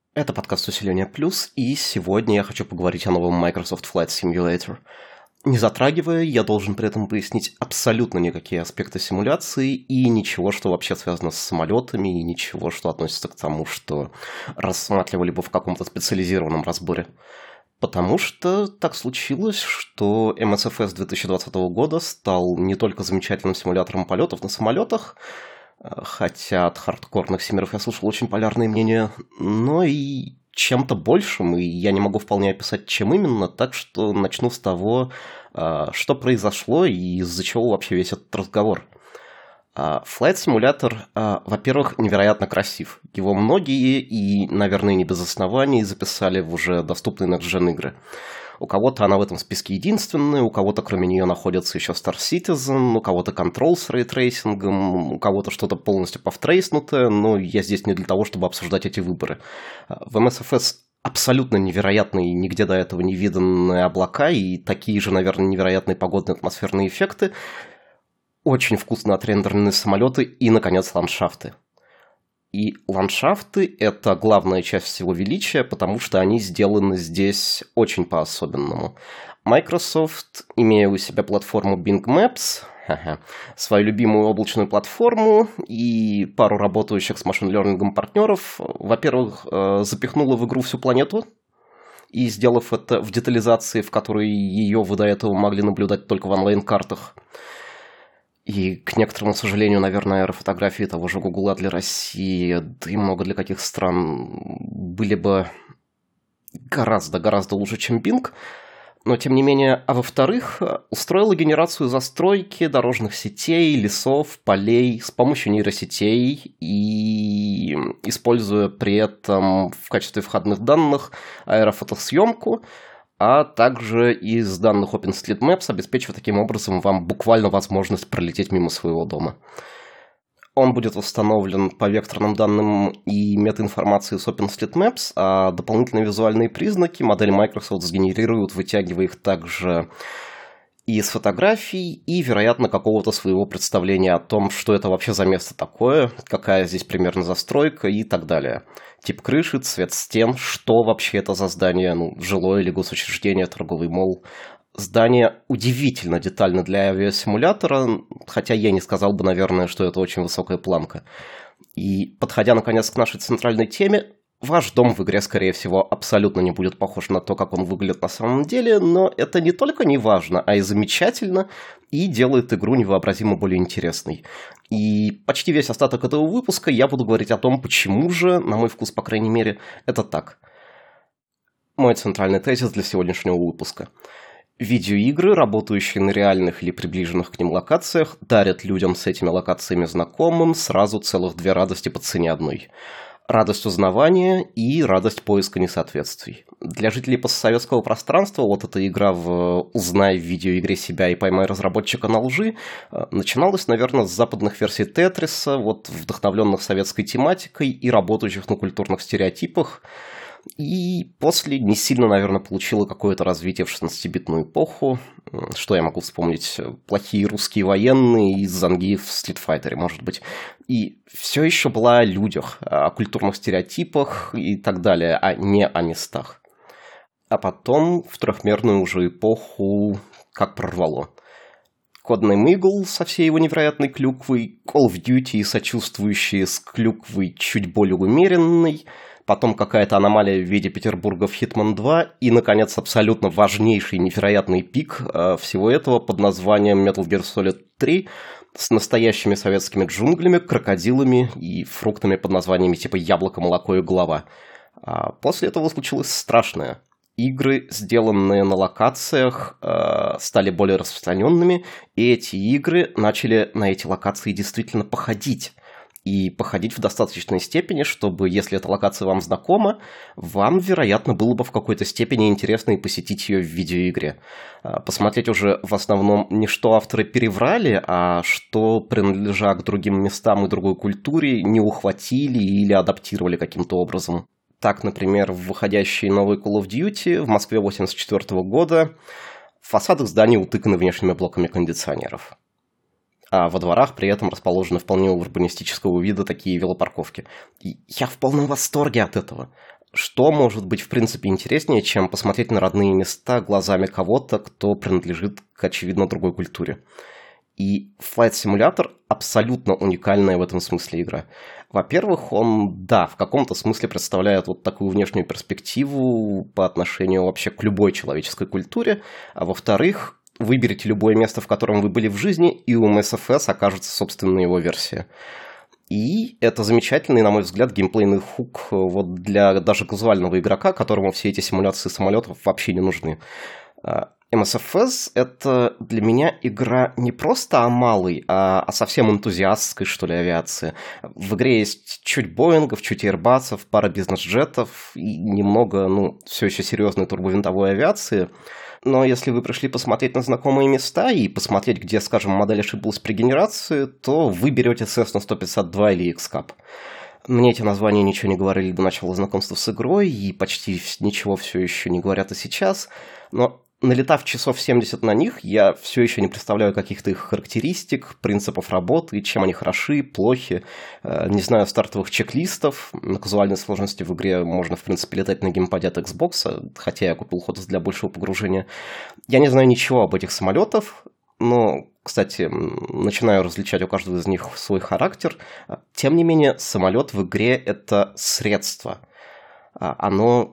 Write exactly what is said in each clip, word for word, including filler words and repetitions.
Это подкаст «Усиление плюс», и сегодня я хочу поговорить о новом Microsoft Flight Simulator. Не затрагивая, я должен при этом пояснить абсолютно никакие аспекты симуляции и ничего, что вообще связано с самолетами, и ничего, что относится к тому, что рассматривали бы в каком-то специализированном разборе. Потому что так случилось, что эм эс эф эс две тысячи двадцатого года стал не только замечательным симулятором полетов на самолетах, хотя от хардкорных симеров я слышал очень полярные мнения, но и чем-то большим, и я не могу вполне описать, чем именно, так что начну с того, что произошло и из-за чего вообще весь этот разговор. Flight Simulator, во-первых, невероятно красив. Его многие, и, наверное, не без оснований, записали в уже доступные next-gen игры. У кого-то она в этом списке единственная, у кого-то кроме нее находится еще Star Citizen, у кого-то Control с рейтрейсингом, у кого-то что-то полностью повтрейснутое, но я здесь не для того, чтобы обсуждать эти выборы. В эм эс эф эс абсолютно невероятные, нигде до этого не виданные облака и такие же, наверное, невероятные погодные атмосферные эффекты, очень вкусно отрендеренные самолеты и, наконец, ландшафты. И ландшафты – это главная часть всего величия, потому что они сделаны здесь очень по-особенному. Microsoft, имея у себя платформу Bing Maps, свою любимую облачную платформу и пару работающих с машин-лернингом партнеров, во-первых, запихнула в игру всю планету, и сделав это в детализации, в которой ее вы до этого могли наблюдать только в онлайн-картах. И, к некоторому сожалению, наверное, аэрофотографии того же Гугла для России, да и много для каких стран, были бы гораздо-гораздо лучше, чем Bing. Но, тем не менее, а во-вторых, устроила генерацию застройки дорожных сетей, лесов, полей с помощью нейросетей и используя при этом в качестве входных данных аэрофотосъемку, а также из данных OpenStreetMaps обеспечивая таким образом вам буквально возможность пролететь мимо своего дома. Он будет восстановлен по векторным данным и метаинформации с OpenStreetMaps, а дополнительные визуальные признаки модель Microsoft сгенерирует, вытягивая их также из фотографий и, вероятно, какого-то своего представления о том, что это вообще за место такое, какая здесь примерно застройка и так далее. Тип крыши, цвет стен, что вообще это за здание, ну, жилое или госучреждение, торговый молл. Здание удивительно детально для авиасимулятора, хотя я не сказал бы, наверное, что это очень высокая планка. И, подходя, наконец, к нашей центральной теме, ваш дом в игре, скорее всего, абсолютно не будет похож на то, как он выглядит на самом деле, но это не только не важно, а и замечательно, и делает игру невообразимо более интересной. И почти весь остаток этого выпуска я буду говорить о том, почему же, на мой вкус, по крайней мере, это так. Мой центральный тезис для сегодняшнего выпуска. Видеоигры, работающие на реальных или приближенных к ним локациях, дарят людям с этими локациями знакомым сразу целых две радости по цене одной. Радость узнавания и радость поиска несоответствий. Для жителей постсоветского пространства вот эта игра в «Узнай в видеоигре себя и поймай разработчика на лжи» начиналась, наверное, с западных версий Тетриса, вот вдохновленных советской тематикой и работающих на культурных стереотипах. И после не сильно, наверное, получила какое-то развитие в шестнадцатибитную эпоху. Что я могу вспомнить? Плохие русские военные из Зангиев в Стритфайтере, может быть. И все еще была о людях, о культурных стереотипах и так далее, а не о местах. А потом в трехмерную уже эпоху как прорвало. Codename Eagle со всей его невероятной клюквой, Call of Duty, сочувствующие с клюквой чуть более умеренной, потом какая-то аномалия в виде Петербурга в Hitman два, и, наконец, абсолютно важнейший невероятный пик э, всего этого под названием Metal Gear Solid три с настоящими советскими джунглями, крокодилами и фруктами под названиями типа яблоко, молоко и голова. А после этого случилось страшное. Игры, сделанные на локациях, э, стали более распространенными, и эти игры начали на эти локации действительно походить. И походить в достаточной степени, чтобы, если эта локация вам знакома, вам, вероятно, было бы в какой-то степени интересно и посетить ее в видеоигре. Посмотреть уже в основном не что авторы переврали, а что, принадлежа к другим местам и другой культуре, не ухватили или адаптировали каким-то образом. Так, например, в выходящей новой Call of Duty в Москве восемьдесят четвёртого года фасады зданий утыканы внешними блоками кондиционеров. А во дворах при этом расположены вполне урбанистического вида такие велопарковки. И я в полном восторге от этого. что может быть, в принципе, интереснее, чем посмотреть на родные места глазами кого-то, кто принадлежит к, очевидно, другой культуре? И Flight Simulator абсолютно уникальная в этом смысле игра. Во-первых, он, да, в каком-то смысле представляет вот такую внешнюю перспективу по отношению вообще к любой человеческой культуре. А во-вторых, выберите любое место, в котором вы были в жизни, и у эм эс эф эс окажется собственная его версия. И это замечательный, на мой взгляд, геймплейный хук вот для даже казуального игрока, которому все эти симуляции самолетов вообще не нужны. эм эс эф эс — это для меня игра не просто о малой, а о совсем энтузиастской, что ли, авиации. В игре есть чуть Боингов, чуть Airbus'ов, пара бизнес-джетов и немного, ну, все еще серьезной турбовинтовой авиации. Но если вы пришли посмотреть на знакомые места и посмотреть, где, скажем, модель ошиблась при генерации, то вы берете Cessna сто пятьдесят два или X-Cup. Мне эти названия ничего не говорили до начала знакомства с игрой, и почти ничего все еще не говорят и сейчас, но налетав часов семьдесят на них, я все еще не представляю каких-то их характеристик, принципов работы, чем они хороши, плохи. Не знаю стартовых чек-листов. На казуальной сложности в игре можно, в принципе, летать на геймпаде от Xbox, хотя я купил Хотос для большего погружения. Я не знаю ничего об этих самолетах, но, кстати, начинаю различать у каждого из них свой характер. Тем не менее, самолет в игре — это средство. Оно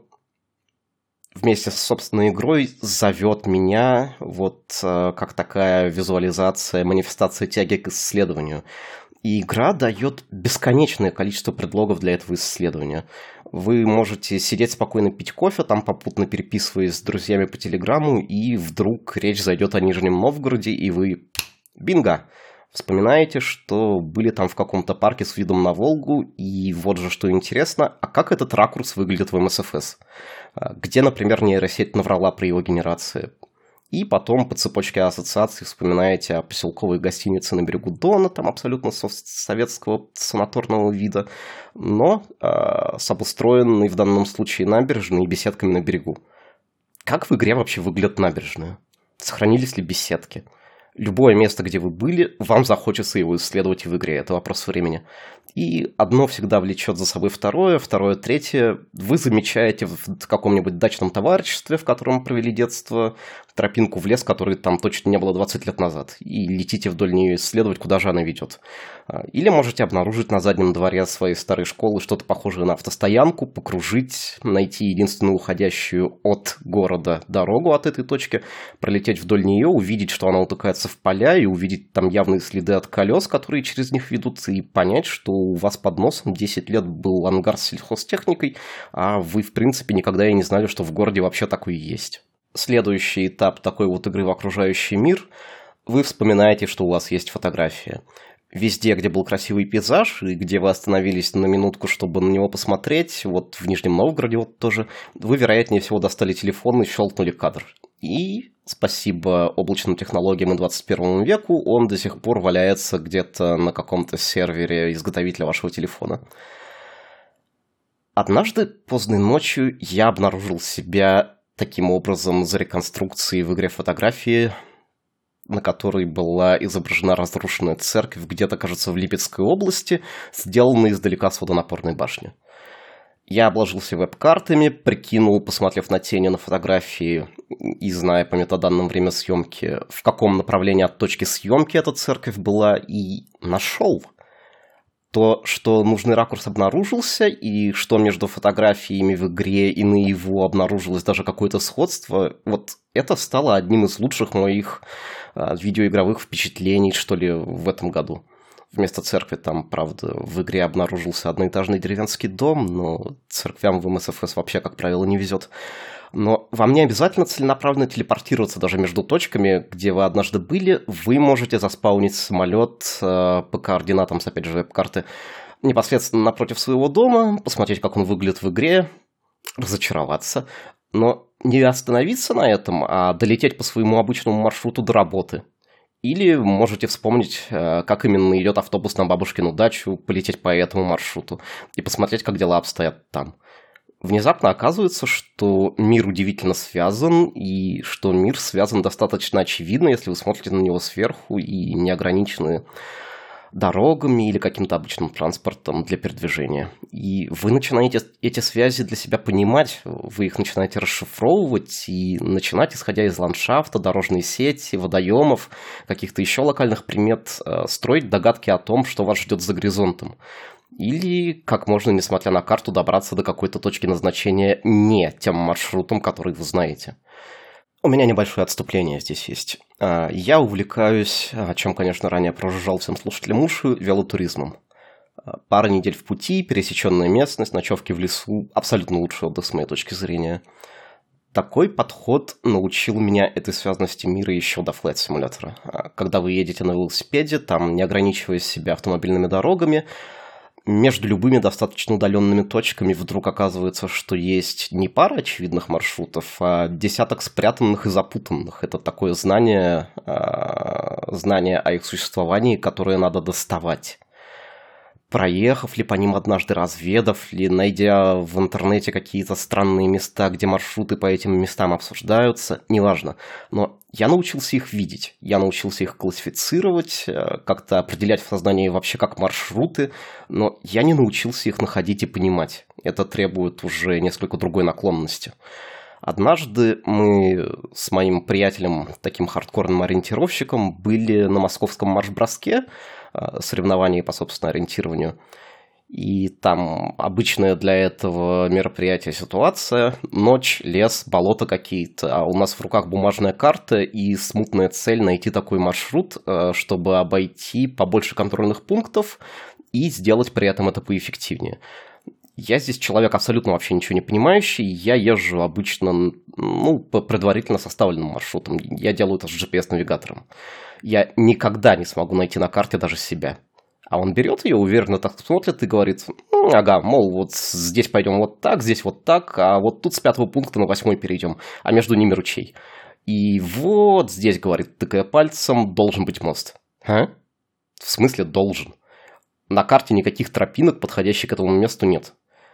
вместе с собственной игрой зовет меня вот э, как такая визуализация, манифестация тяги к исследованию. И игра дает бесконечное количество предлогов для этого исследования. Вы можете сидеть спокойно, пить кофе, там попутно переписываясь с друзьями по телеграмму, и вдруг речь зайдет о Нижнем Новгороде, и вы... Бинго! Вспоминаете, что были там в каком-то парке с видом на Волгу, и вот же что интересно, а как этот ракурс выглядит в эм эс эф эс? Где, например, нейросеть наврала при его генерации? И потом по цепочке ассоциаций вспоминаете о поселковой гостинице на берегу Дона, там абсолютно советского санаторного вида, но э, с обустроенной в данном случае набережной и беседками на берегу. Как в игре вообще выглядят набережные? Сохранились ли беседки? Любое место, где вы были, вам захочется его исследовать в игре. Это вопрос времени. И одно всегда влечет за собой второе, второе, третье. Вы замечаете в каком-нибудь дачном товариществе, в котором провели детство, тропинку в лес, который там точно не было двадцать лет назад, и летите вдоль нее исследовать, куда же она ведет. Или можете обнаружить на заднем дворе своей старой школы что-то похожее на автостоянку, покружить, найти единственную уходящую от города дорогу от этой точки, пролететь вдоль нее, увидеть, что она утыкается в поля, и увидеть там явные следы от колес, которые через них ведутся, и понять, что у вас под носом десять лет был ангар с сельхозтехникой, а вы, в принципе, никогда и не знали, что в городе вообще такое есть. Следующий этап такой вот игры в окружающий мир, вы вспоминаете, что у вас есть фотография. Везде, где был красивый пейзаж, и где вы остановились на минутку, чтобы на него посмотреть, вот в Нижнем Новгороде вот тоже, вы, вероятнее всего, достали телефон и щелкнули кадр. И спасибо облачным технологиям и двадцать первому веку, он до сих пор валяется где-то на каком-то сервере изготовителя вашего телефона. Однажды поздной ночью я обнаружил себя таким образом за реконструкцией в игре фотографии, на которой была изображена разрушенная церковь где-то, кажется, в Липецкой области, сделанная издалека с водонапорной башни. Я обложился веб-картами, прикинул, посмотрев на тени на фотографии и зная по метаданным время съемки, в каком направлении от точки съемки эта церковь была, и нашел то, что нужный ракурс обнаружился, и что между фотографиями в игре и наяву обнаружилось даже какое-то сходство, вот это стало одним из лучших моих а, видеоигровых впечатлений, что ли, в этом году. Вместо церкви там, правда, в игре обнаружился одноэтажный деревенский дом, но церквям в эм эс эф эс вообще, как правило, не везет. Но вам не обязательно целенаправленно телепортироваться даже между точками, где вы однажды были. Вы можете заспаунить самолет э, по координатам, с, опять же, веб-карты, непосредственно напротив своего дома, посмотреть, как он выглядит в игре, разочароваться. Но не остановиться на этом, а долететь по своему обычному маршруту до работы. Или можете вспомнить, как именно идет автобус на бабушкину дачу, полететь по этому маршруту и посмотреть, как дела обстоят там. Внезапно оказывается, что мир удивительно связан, и что мир связан достаточно очевидно, если вы смотрите на него сверху, и не ограничены дорогами или каким-то обычным транспортом для передвижения. И вы начинаете эти связи для себя понимать, вы их начинаете расшифровывать и начинать, исходя из ландшафта, дорожной сети, водоемов, каких-то еще локальных примет, строить догадки о том, что вас ждет за горизонтом. Или как можно, несмотря на карту, добраться до какой-то точки назначения не тем маршрутом, который вы знаете. У меня небольшое отступление здесь есть. Я увлекаюсь, о чем, конечно, ранее прожужжал всем слушателям уши, велотуризмом. Пара недель в пути, пересеченная местность, ночевки в лесу – абсолютно лучший отдых с моей точки зрения. Такой подход научил меня этой связанности мира еще до Flight Simulator. Когда вы едете на велосипеде, там, не ограничивая себя автомобильными дорогами, между любыми достаточно удаленными точками вдруг оказывается, что есть не пара очевидных маршрутов, а десяток спрятанных и запутанных. Это такое знание, знание о их существовании, которое надо доставать. Проехав ли по ним однажды, разведав ли, найдя в интернете какие-то странные места, где маршруты по этим местам обсуждаются, неважно. Но я научился их видеть, я научился их классифицировать, как-то определять в сознании вообще как маршруты, но я не научился их находить и понимать. Это требует уже несколько другой наклонности. Однажды мы с моим приятелем, таким хардкорным ориентировщиком, были на московском марш-броске, соревновании по собственному ориентированию. И там обычная для этого мероприятия ситуация. Ночь, лес, болото какие-то. А у нас в руках бумажная карта и смутная цель найти такой маршрут, чтобы обойти побольше контрольных пунктов и сделать при этом это поэффективнее. Я здесь человек абсолютно вообще ничего не понимающий. Я езжу обычно, ну, по предварительно составленным маршрутам. Я делаю это с джи пи эс-навигатором. Я никогда не смогу найти на карте даже себя. А он берет ее, уверенно так смотрит и говорит, ну, ага, мол, вот здесь пойдем вот так, здесь вот так, а вот тут с пятого пункта на восьмой перейдем, а между ними ручей. И вот здесь, говорит, тыкая пальцем, должен быть мост. А? В смысле должен? На карте никаких тропинок, подходящих к этому месту, нет.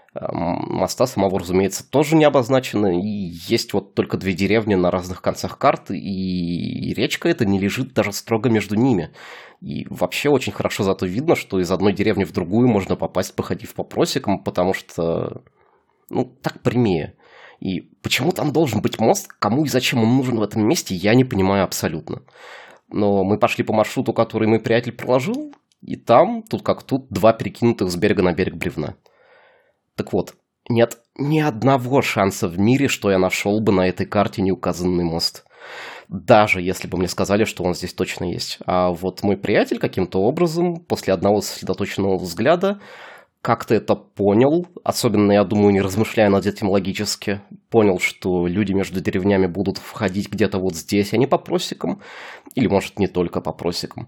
Моста самого, разумеется, тоже не обозначено, и есть вот только две деревни на разных концах карты, и речка эта не лежит даже строго между ними. И вообще очень хорошо зато видно, что из одной деревни в другую можно попасть, походив по просекам, потому что, ну, так прямее. И почему там должен быть мост, кому и зачем он нужен в этом месте, я не понимаю абсолютно. Но мы пошли по маршруту, который мой приятель проложил, и там, тут как тут, два перекинутых с берега на берег бревна. Так вот, нет ни одного шанса в мире, что я нашел бы на этой карте неуказанный мост. Даже если бы мне сказали, что он здесь точно есть. А вот мой приятель каким-то образом, после одного сосредоточенного взгляда, как-то это понял, особенно, я думаю, не размышляя над этим логически, понял, что люди между деревнями будут входить где-то вот здесь, а не по просекам, или, может, не только по просекам.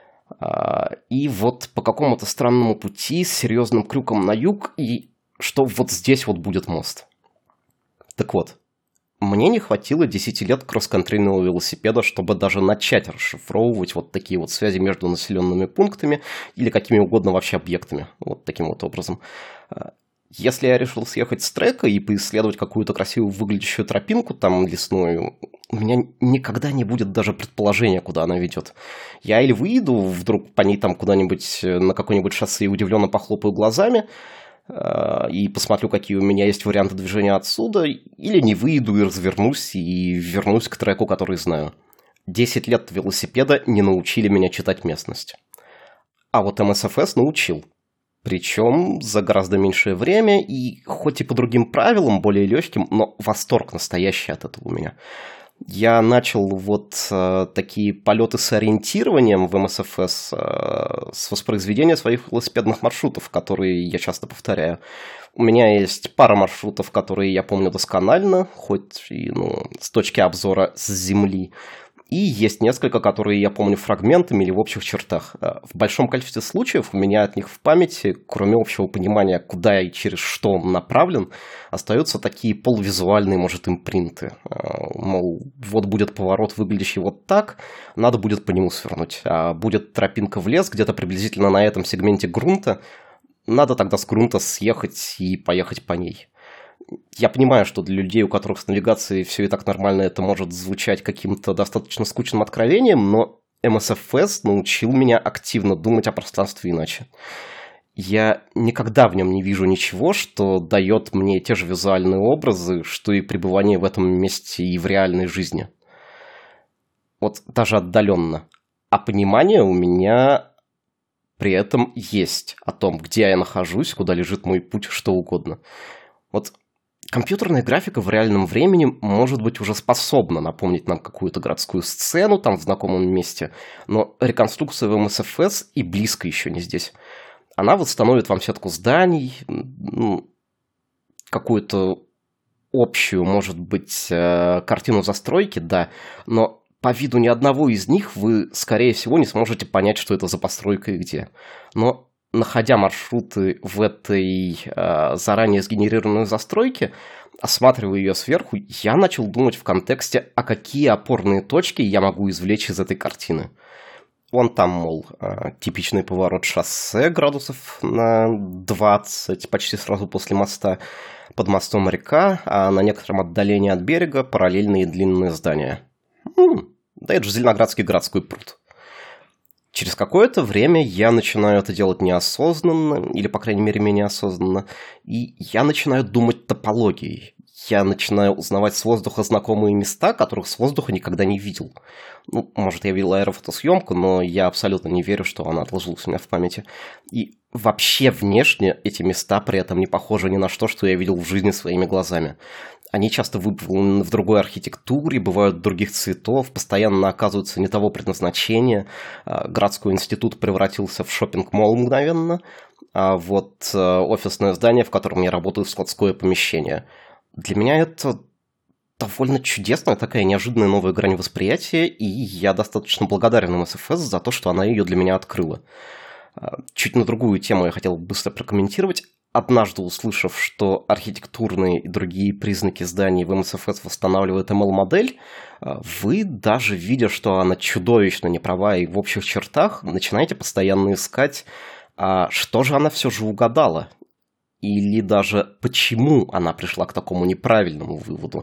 И вот по какому-то странному пути с серьезным крюком на юг, и что вот здесь вот будет мост. Так вот, мне не хватило десяти лет кросс-контрольного велосипеда, чтобы даже начать расшифровывать вот такие вот связи между населенными пунктами или какими угодно вообще объектами, вот таким вот образом. Если я решил съехать с трека и поисследовать какую-то красивую выглядящую тропинку там лесную, у меня никогда не будет даже предположения, куда она ведет. Я или выйду вдруг по ней там куда-нибудь на какое-нибудь шоссе и удивленно похлопаю глазами, и посмотрю, какие у меня есть варианты движения отсюда, или не выйду и развернусь, и вернусь к треку, который знаю. Десять лет велосипеда не научили меня читать местность. А вот эм эс эф эс научил. Причем за гораздо меньшее время, и хоть и по другим правилам, более легким, но восторг настоящий от этого у меня. Я начал вот э, такие полеты с ориентированием в эм эс эф эс э, с воспроизведения своих велосипедных маршрутов, которые я часто повторяю. У меня есть пара маршрутов, которые я помню досконально, хоть и ну, с точки обзора с земли. И есть несколько, которые я помню фрагментами или в общих чертах. В большом количестве случаев у меня от них в памяти, кроме общего понимания, куда и через что он направлен, остаются такие полувизуальные, может, импринты. Мол, вот будет поворот, выглядящий вот так, надо будет по нему свернуть. А будет тропинка в лес где-то приблизительно на этом сегменте грунта, надо тогда с грунта съехать и поехать по ней. Я понимаю, что для людей, у которых с навигацией все и так нормально, это может звучать каким-то достаточно скучным откровением, но эм эс эф эс научил меня активно думать о пространстве иначе. Я никогда в нем не вижу ничего, что дает мне те же визуальные образы, что и пребывание в этом месте и в реальной жизни. Вот даже отдаленно. А понимание у меня при этом есть о том, где я нахожусь, куда лежит мой путь, что угодно. Вот компьютерная графика в реальном времени, может быть, уже способна напомнить нам какую-то городскую сцену там в знакомом месте, но реконструкция в эм эс эф эс и близко еще не здесь. Она восстановит вам сетку зданий, ну, какую-то общую, может быть, картину застройки, да, но по виду ни одного из них вы, скорее всего, не сможете понять, что это за постройка и где. Но, находя маршруты в этой э, заранее сгенерированной застройке, осматривая ее сверху, я начал думать в контексте, а какие опорные точки я могу извлечь из этой картины. Вон там, мол, э, типичный поворот шоссе градусов на двадцать, почти сразу после моста. Под мостом река, а на некотором отдалении от берега параллельные длинные здания. М-м, да это же Зеленоградский городской пруд. Через какое-то время я начинаю это делать неосознанно, или, по крайней мере, менее осознанно, и я начинаю думать топологией. Я начинаю узнавать с воздуха знакомые места, которых с воздуха никогда не видел. Ну, может, я видел аэрофотосъемку, но я абсолютно не верю, что она отложилась у меня в памяти. И вообще внешне эти места при этом не похожи ни на что, что я видел в жизни своими глазами. Они часто выполнены в другой архитектуре, бывают других цветов, постоянно оказываются не того предназначения. Городской институт превратился в шоппинг-молл мгновенно, а вот офисное здание, в котором я работаю, в складское помещение. Для меня это довольно чудесная, такая неожиданная новая грань восприятия, и я достаточно благодарен эм эс эф эс за то, что она ее для меня открыла. Чуть на другую тему я хотел быстро прокомментировать. Однажды услышав, что архитектурные и другие признаки зданий в эм эс эф эс восстанавливает эм эл-модель, вы, даже видя, что она чудовищно неправа и в общих чертах, начинаете постоянно искать, а что же она все же угадала. Или даже почему она пришла к такому неправильному выводу.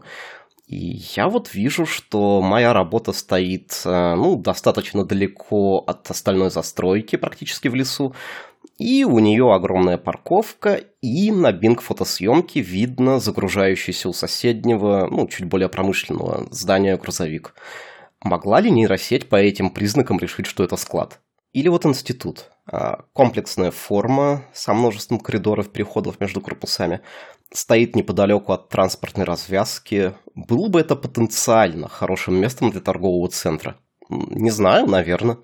И я вот вижу, что моя работа стоит, ну, достаточно далеко от остальной застройки, практически в лесу, и у нее огромная парковка, и на бинг-фотосъемке видно загружающийся у соседнего, ну, чуть более промышленного здания грузовик. Могла ли нейросеть по этим признакам решить, что это склад? Или вот институт. Комплексная форма со множеством коридоров, переходов между корпусами. Стоит неподалеку от транспортной развязки. Было бы это потенциально хорошим местом для торгового центра? Не знаю, наверное.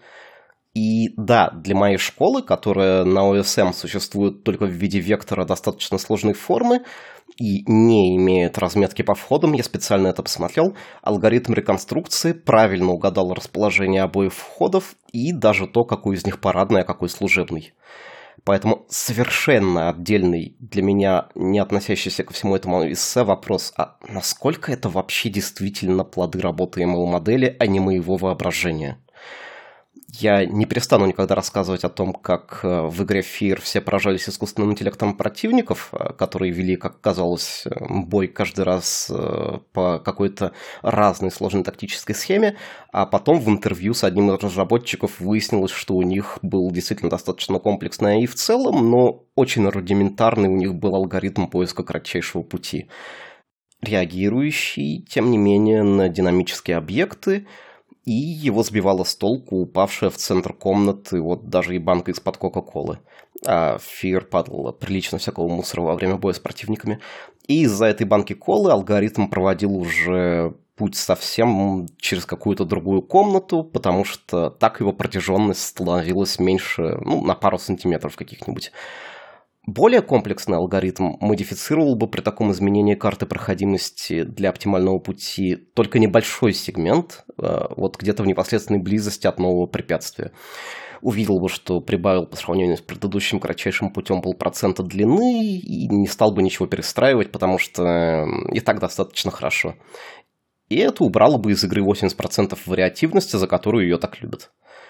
И да, для моей школы, которая на о эс эм существует только в виде вектора достаточно сложной формы и не имеет разметки по входам, я специально это посмотрел, алгоритм реконструкции правильно угадал расположение обоих входов и даже то, какой из них парадный, а какой служебный. Поэтому совершенно отдельный для меня, не относящийся ко всему этому эссе, вопрос, а насколько это вообще действительно плоды работы эм эл-модели, а не моего воображения? Я не перестану никогда рассказывать о том, как в игре Fear все поражались искусственным интеллектом противников, которые вели, как казалось, бой каждый раз по какой-то разной сложной тактической схеме, а потом в интервью с одним из разработчиков выяснилось, что у них был действительно достаточно комплексный эй ай в целом, но очень рудиментарный у них был алгоритм поиска кратчайшего пути, реагирующий, тем не менее, на динамические объекты, и его сбивала с толку упавшая в центр комнаты вот даже и банка из-под Кока-Колы. А в Fear падало прилично всякого мусора во время боя с противниками. И из-за этой банки колы алгоритм проводил уже путь совсем через какую-то другую комнату, потому что так его протяженность становилась меньше, ну, на пару сантиметров каких-нибудь. Более комплексный алгоритм модифицировал бы при таком изменении карты проходимости для оптимального пути только небольшой сегмент, вот где-то в непосредственной близости от нового препятствия. Увидел бы, что прибавил по сравнению с предыдущим кратчайшим путем полпроцента длины и не стал бы ничего перестраивать, потому что и так достаточно хорошо. И это убрало бы из игры восемьдесят процентов вариативности, за которую ее так любят.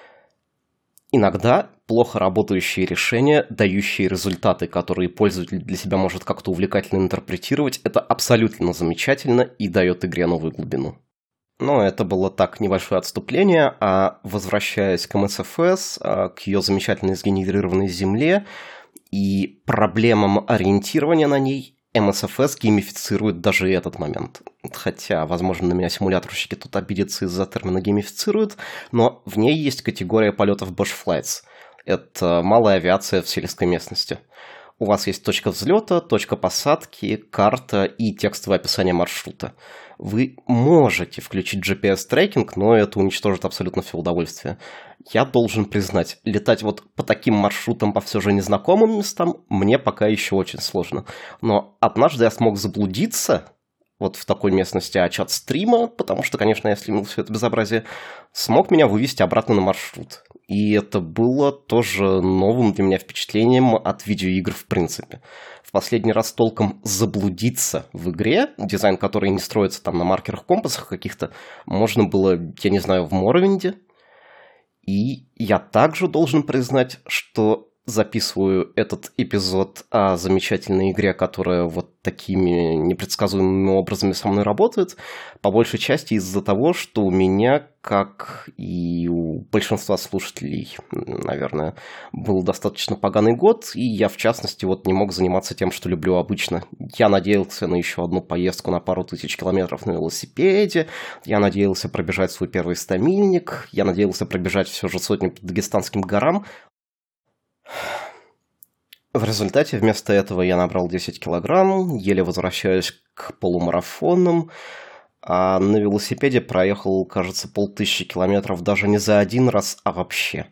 Иногда плохо работающие решения, дающие результаты, которые пользователь для себя может как-то увлекательно интерпретировать, это абсолютно замечательно и дает игре новую глубину. Но это было так, небольшое отступление, а возвращаясь к эм эс эф эс, к ее замечательно сгенерированной земле и проблемам ориентирования на ней, эм эс эф эс геймифицирует даже этот момент. Хотя, возможно, на меня симуляторщики тут обидятся из-за термина «геймифицируют», но в ней есть категория полетов Bash Flights. Это малая авиация в сельской местности. У вас есть точка взлета, точка посадки, карта и текстовое описание маршрута. Вы можете включить джи пи эс-трекинг, но это уничтожит абсолютно все удовольствие. Я должен признать, летать вот по таким маршрутам по все же незнакомым местам мне пока еще очень сложно. Но однажды я смог заблудиться вот в такой местности, а чат стрима, потому что, конечно, я стримил все это безобразие, смог меня вывести обратно на маршрут. И это было тоже новым для меня впечатлением от видеоигр в принципе. В последний раз толком заблудиться в игре, дизайн которой не строится там на маркерах, компасах каких-то, можно было, я не знаю, в Моровинде. И я также должен признать, что записываю этот эпизод о замечательной игре, которая вот такими непредсказуемыми образами со мной работает, по большей части из-за того, что у меня, как и у большинства слушателей, наверное, был достаточно поганый год, и я, в частности, вот не мог заниматься тем, что люблю обычно. Я надеялся на еще одну поездку на пару тысяч километров на велосипеде, я надеялся пробежать свой первый стамильник, я надеялся пробежать все же сотню по Дагестанским горам. В результате вместо этого я набрал десять килограмм, еле возвращаюсь к полумарафонам, а на велосипеде проехал, кажется, полтысячи километров даже не за один раз, а вообще.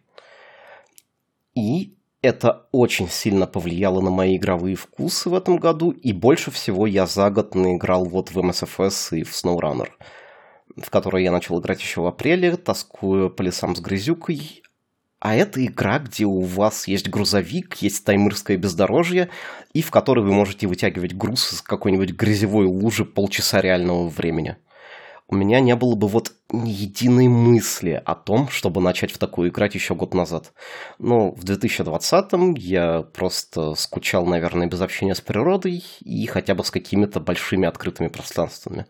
И это очень сильно повлияло на мои игровые вкусы в этом году, и больше всего я за год наиграл вот в эм эс эф эс и в SnowRunner, в который я начал играть еще в апреле, тоскуя по лесам с грязюкой. А это игра, где у вас есть грузовик, есть таймырское бездорожье, и в которой вы можете вытягивать груз из какой-нибудь грязевой лужи полчаса реального времени. У меня не было бы вот ни единой мысли о том, чтобы начать в такую играть еще год назад. Но в две тысячи двадцатом я просто скучал, наверное, без общения с природой и хотя бы с какими-то большими открытыми пространствами.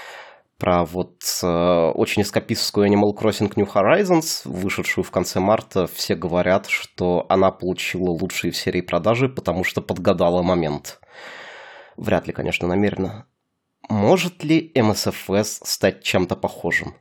Про вот э, очень эскапистскую Animal Crossing New Horizons, вышедшую в конце марта, все говорят, что она получила лучшие в серии продажи, потому что подгадала момент. Вряд ли, конечно, намеренно. Может ли эм эс эф эс стать чем-то похожим?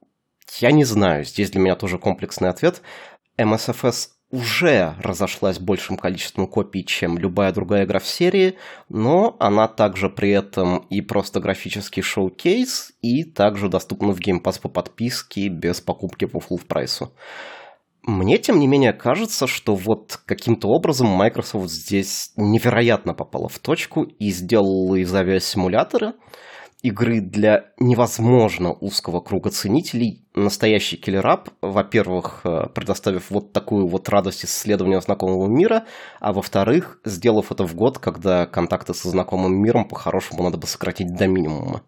Я не знаю, здесь для меня тоже комплексный ответ. эм эс эф эс уже разошлась большим количеством копий, чем любая другая игра в серии, но она также при этом и просто графический шоу-кейс, и также доступна в Game Pass по подписке без покупки по full прайсу. Мне, тем не менее, кажется, что вот каким-то образом Microsoft здесь невероятно попала в точку и сделала из авиасимулятора игры для невозможно узкого круга ценителей настоящий киллер-ап, во-первых, предоставив вот такую вот радость исследования знакомого мира, а во-вторых, сделав это в год, когда контакты со знакомым миром по-хорошему надо бы сократить до минимума.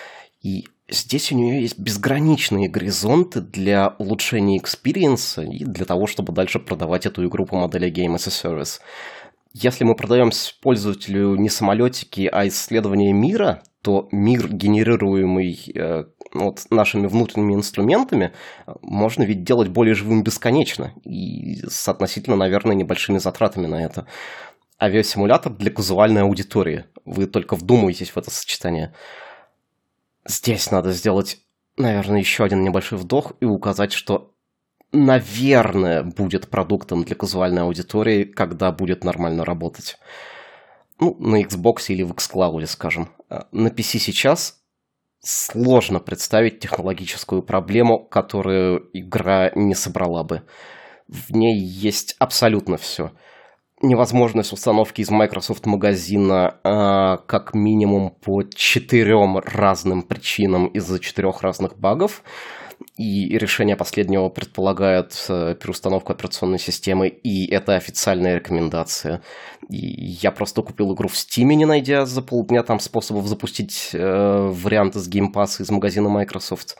И здесь у нее есть безграничные горизонты для улучшения экспириенса и для того, чтобы дальше продавать эту игру по модели Game as a Service. Если мы продаем пользователю не самолетики, а исследования мира, то мир, генерируемый э, вот нашими внутренними инструментами, можно ведь делать более живым бесконечно и с относительно, наверное, небольшими затратами на это. Авиасимулятор для казуальной аудитории. Вы только вдумайтесь в это сочетание. Здесь надо сделать, наверное, еще один небольшой вдох и указать, что, наверное, будет продуктом для казуальной аудитории, когда будет нормально работать. Ну, на Xbox или в xCloud, скажем. На пи си сейчас сложно представить технологическую проблему, которую игра не собрала бы. В ней есть абсолютно все. Невозможность установки из Microsoft магазина а, как минимум по четырем разным причинам из-за четырех разных багов. И решение последнего предполагает переустановку операционной системы, и это официальная рекомендация. И я просто купил игру в Steam, не найдя за полдня там способов запустить э, варианты с Game Pass из магазина Microsoft.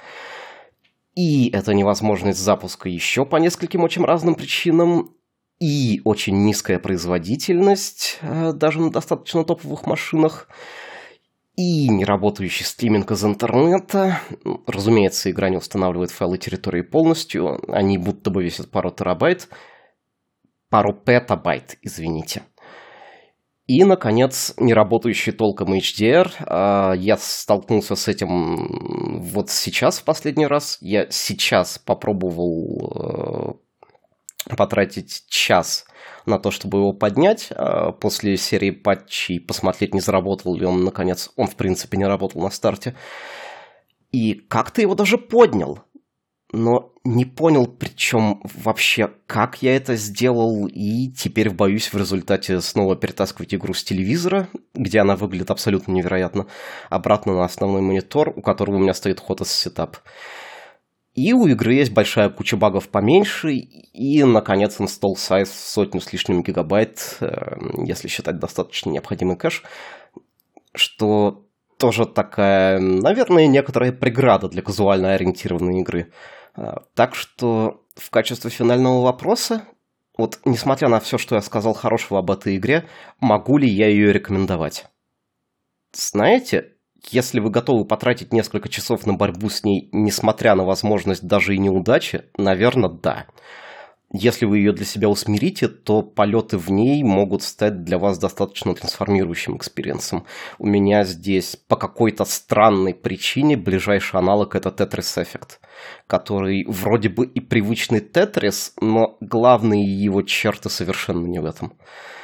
И это невозможность запуска еще по нескольким очень разным причинам. И очень низкая производительность, э, даже на достаточно топовых машинах. и неработающий стриминг из интернета. Разумеется, игра не устанавливает файлы территории полностью, они будто бы весят пару терабайт, пару петабайт, извините. И, наконец, неработающий толком эйч ди ар. Я столкнулся с этим вот сейчас в последний раз. Я сейчас попробовал потратить час на то, чтобы его поднять после серии патчей, посмотреть, не заработал ли он, наконец. Он, в принципе, не работал на старте. И как-то его даже поднял. Но не понял, причем вообще, как я это сделал, и теперь боюсь в результате снова перетаскивать игру с телевизора, где она выглядит абсолютно невероятно, обратно на основной монитор, у которого у меня стоит Hotos Setup. И у игры есть большая куча багов поменьше, и, наконец, install size в сотню с лишним гигабайт, если считать достаточно необходимый кэш, что тоже такая, наверное, некоторая преграда для казуально ориентированной игры. Так что в качестве финального вопроса, вот несмотря на все, что я сказал хорошего об этой игре, могу ли я ее рекомендовать? Знаете, если вы готовы потратить несколько часов на борьбу с ней, несмотря на возможность даже и неудачи, наверное, да. Если вы ее для себя усмирите, то полеты в ней могут стать для вас достаточно трансформирующим экспириенсом. У меня здесь по какой-то странной причине ближайший аналог — это Tetris Effect, который вроде бы и привычный Tetris, но главные его черты совершенно не в этом.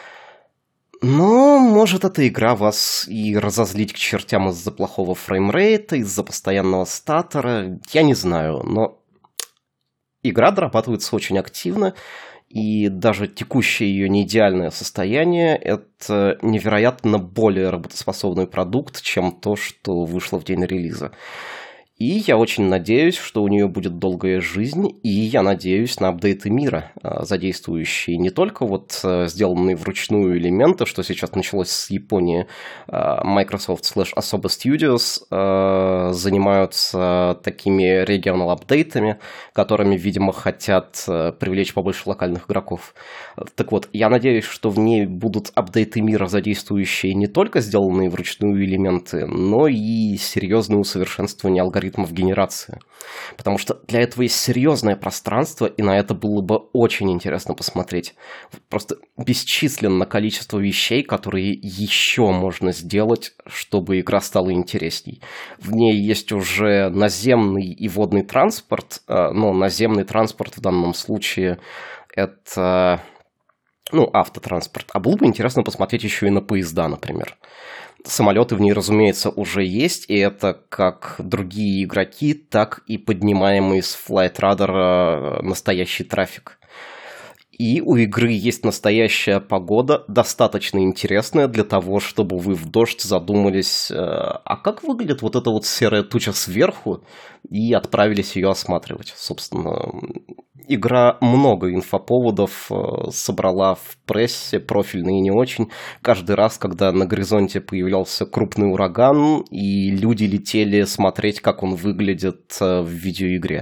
Но может эта игра вас и разозлить к чертям из-за плохого фреймрейта, из-за постоянного статора, я не знаю, но игра дорабатывается очень активно, и даже текущее ее неидеальное состояние — это невероятно более работоспособный продукт, чем то, что вышло в день релиза. И я очень надеюсь, что у нее будет долгая жизнь, и я надеюсь на апдейты мира, задействующие не только вот сделанные вручную элементы, что сейчас началось с Японии. Microsoft slash Asobo Studios занимаются такими регионал апдейтами, которыми, видимо, хотят привлечь побольше локальных игроков. Так вот, я надеюсь, что в ней будут апдейты мира, задействующие не только сделанные вручную элементы, но и серьезное усовершенствование алгоритмов в генерации. Потому что для этого есть серьезное пространство, и на это было бы очень интересно посмотреть. Просто бесчисленное количество вещей, которые еще можно сделать, чтобы игра стала интересней. В ней есть уже наземный и водный транспорт, но наземный транспорт в данном случае это, ну, автотранспорт. А было бы интересно посмотреть еще и на поезда, например. Самолеты в ней, разумеется, уже есть, и это как другие игроки, так и поднимаемый с флайт-радара настоящий трафик. И у игры есть настоящая погода, достаточно интересная для того, чтобы вы в дождь задумались, а как выглядит вот эта вот серая туча сверху, и отправились ее осматривать. Собственно, игра много инфоповодов собрала в прессе, профильные и не очень. Каждый раз, когда на горизонте появлялся крупный ураган, и люди летели смотреть, как он выглядит в видеоигре.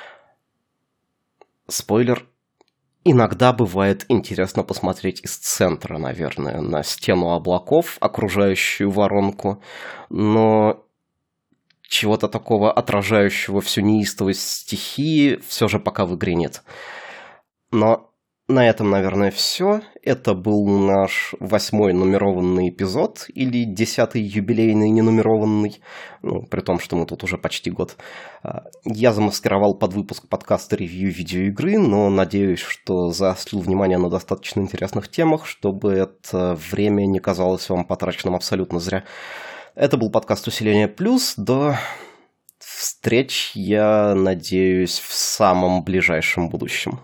Спойлер. Иногда бывает интересно посмотреть из центра, наверное, на стену облаков, окружающую воронку, но чего-то такого отражающего всю неистовость стихии все же пока в игре нет. Но на этом, наверное, все. Это был наш восьмой нумерованный эпизод, или десятый юбилейный ненумерованный, ну, при том, что мы тут уже почти год. Я замаскировал под выпуск подкаста ревью видеоигры, но надеюсь, что заострил внимание на достаточно интересных темах, чтобы это время не казалось вам потраченным абсолютно зря. Это был подкаст «Усиление плюс». До встреч, я надеюсь, в самом ближайшем будущем.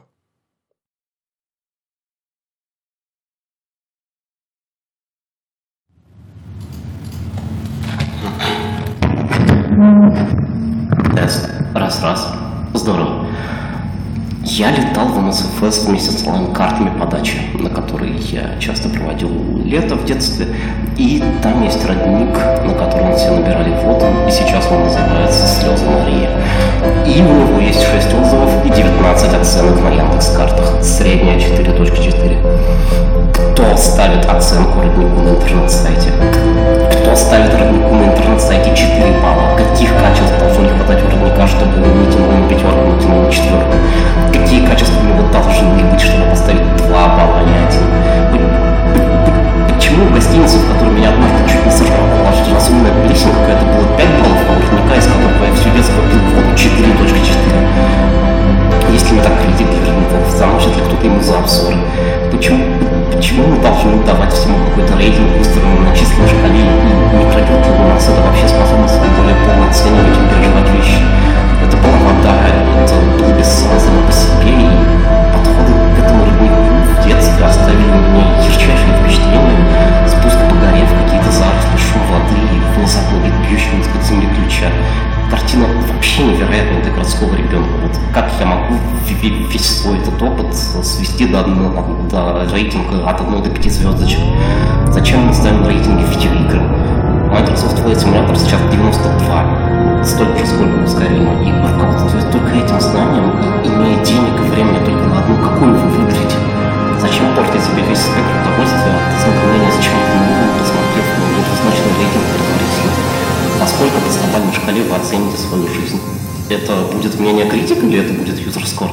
Тест. Раз-раз. Здорово. Я летал в эм эс эф эс вместе с онлайн-картами подачи, на которые я часто проводил лето в детстве. И там есть родник, на котором все набирали воду, и сейчас он называется «Слезы Марии». И у него есть шесть отзывов и девятнадцать оценок на Яндекс.Картах. Средняя четыре точка четыре. Кто ставит оценку роднику на интернет-сайте? Кто ставит роднику на интернет-сайте четыре балла? Каких качеств должно не хватать у родника, чтобы не тянул на пятерку, не тянул на четверку? Какие качества у него должны быть, чтобы поставить два балла, а не один? Почему в гостинице, в которой меня однажды чуть не сожрал, положительно суммная плесенка, это было пять баллов, а у родника, из которого я всю детство пил воду четыре точка четыре? Есть ли метакритик для родников? Заносит ли кто-то ему за обзоры? Почему, почему мы должны давать всему какой-то рейтинг, выстроенный на численной шкале, и не пройдет ли у нас это вообще способность более полно оценивать и переживать вещи? Это была вода, это было само по себе, и подходы к этому роднику в детстве оставили мне ярчайшие впечатления. Спуск по горе в какие-то заросли, шум воды и внезапный вид бьющего из-под земли ключа. Картина вообще невероятная для городского ребенка. Вот как я могу весь свой этот опыт свести до, до рейтинга от одной до пяти звездочек? Зачем мы ставим рейтинги видеоигр? Microsoft Flight Simulator сейчас девяносто два, столько же, сколько у Skyrim, и руководствуясь только этим знанием, и имея денег и времени только на одну, какую вы выберете? Зачем портить себе весь спектр удовольствия от знакомления с чем-то новым, посмотрев на недвузначный рейтинг предварительно? Насколько по стабильной шкале вы оцените свою жизнь? Это будет мнение критика или это будет юзер-скор?